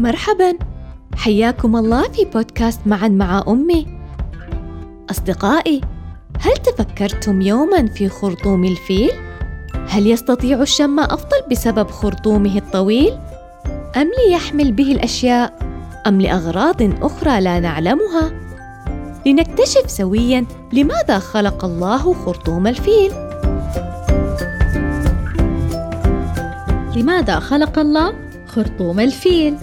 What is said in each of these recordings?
مرحباً، حياكم الله في بودكاست معاً مع أمي. أصدقائي، هل تفكرتم يوماً في خرطوم الفيل؟ هل يستطيع الشم أفضل بسبب خرطومه الطويل؟ أم ليحمل به الأشياء؟ أم لأغراض أخرى لا نعلمها؟ لنكتشف سوياً لماذا خلق الله خرطوم الفيل. لماذا خلق الله خرطوم الفيل؟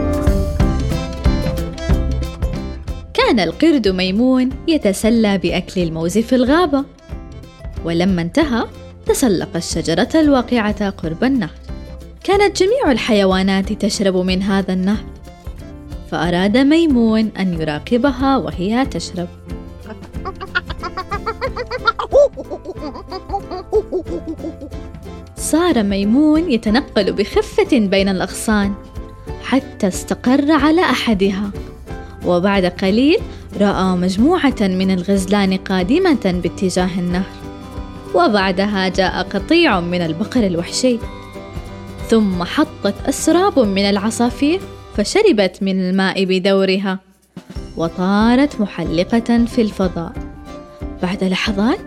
كان القرد ميمون يتسلى بأكل الموز في الغابة، ولما انتهى تسلق الشجرة الواقعة قرب النهر. كانت جميع الحيوانات تشرب من هذا النهر، فأراد ميمون أن يراقبها وهي تشرب. صار ميمون يتنقل بخفة بين الأغصان حتى استقر على أحدها، وبعد قليل رأى مجموعة من الغزلان قادمة باتجاه النهر، وبعدها جاء قطيع من البقر الوحشي، ثم حطت أسراب من العصافير فشربت من الماء بدورها وطارت محلقة في الفضاء. بعد لحظات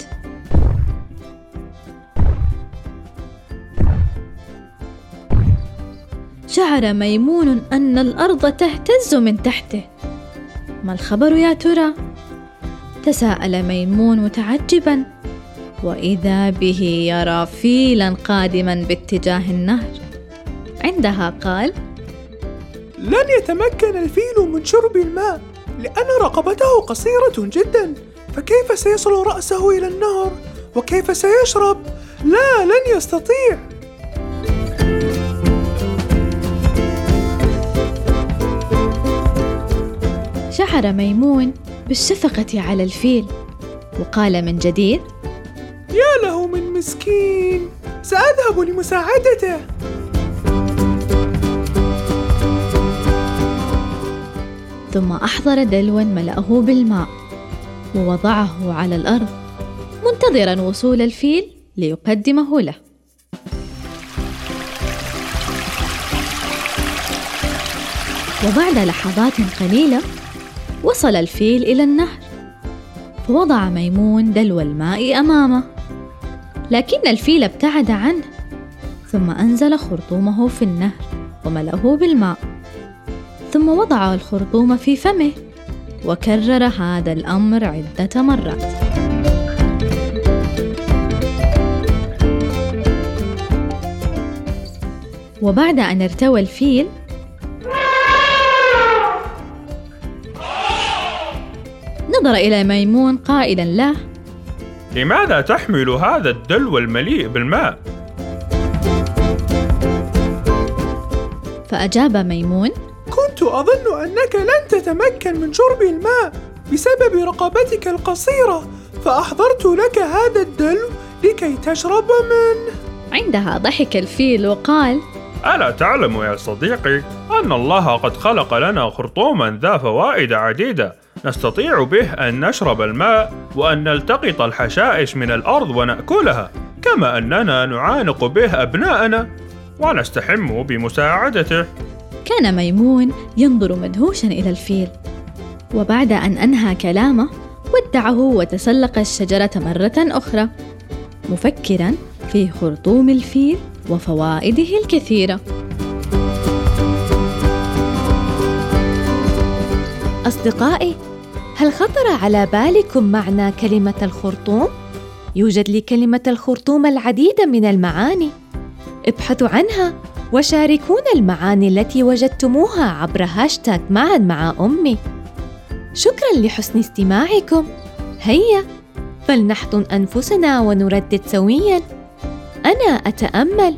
شعر ميمون أن الأرض تهتز من تحته. ما الخبر يا ترى؟ تساءل ميمون متعجبا، وإذا به يرى فيلا قادما باتجاه النهر. عندها قال: لن يتمكن الفيل من شرب الماء لأن رقبته قصيرة جدا، فكيف سيصل رأسه إلى النهر؟ وكيف سيشرب؟ لا، لن يستطيع. شعر ميمون بالشفقة على الفيل، وقال من جديد: يا له من مسكين، سأذهب لمساعدته. ثم أحضر دلوا ملأه بالماء ووضعه على الأرض منتظرا وصول الفيل ليقدمه له. وبعد لحظات قليلة وصل الفيل إلى النهر، فوضع ميمون دلو الماء أمامه، لكن الفيل ابتعد عنه، ثم أنزل خرطومه في النهر وملأه بالماء، ثم وضع الخرطوم في فمه، وكرر هذا الأمر عدة مرات. وبعد أن ارتوى الفيل نظر إلى ميمون قائلا له: لماذا تحمل هذا الدلو المليء بالماء؟ فأجاب ميمون: كنت أظن أنك لن تتمكن من شرب الماء بسبب رقبتك القصيرة، فأحضرت لك هذا الدلو لكي تشرب منه. عندها ضحك الفيل وقال: ألا تعلم يا صديقي أن الله قد خلق لنا خرطوما ذا فوائد عديدة نستطيع به أن نشرب الماء وأن نلتقط الحشائش من الأرض ونأكلها، كما أننا نعانق به أبناءنا ونستحم بمساعدته. كان ميمون ينظر مدهوشا إلى الفيل، وبعد أن أنهى كلامه ودعه وتسلق الشجرة مرة أخرى، مفكرا في خرطوم الفيل وفوائده الكثيرة. أصدقائي، هل خطر على بالكم معنى كلمة الخرطوم؟ يوجد لكلمة الخرطوم العديد من المعاني. ابحثوا عنها وشاركونا المعاني التي وجدتموها عبر هاشتاغ معاً مع أمي. شكراً لحسن استماعكم. هيا فلنحضن أنفسنا ونردد سوياً: أنا أتأمل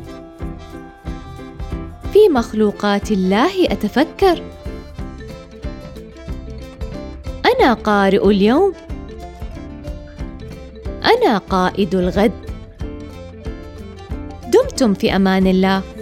في مخلوقات الله، أتفكر. أنا قارئ اليوم، أنا قائد الغد. دمتم في أمان الله.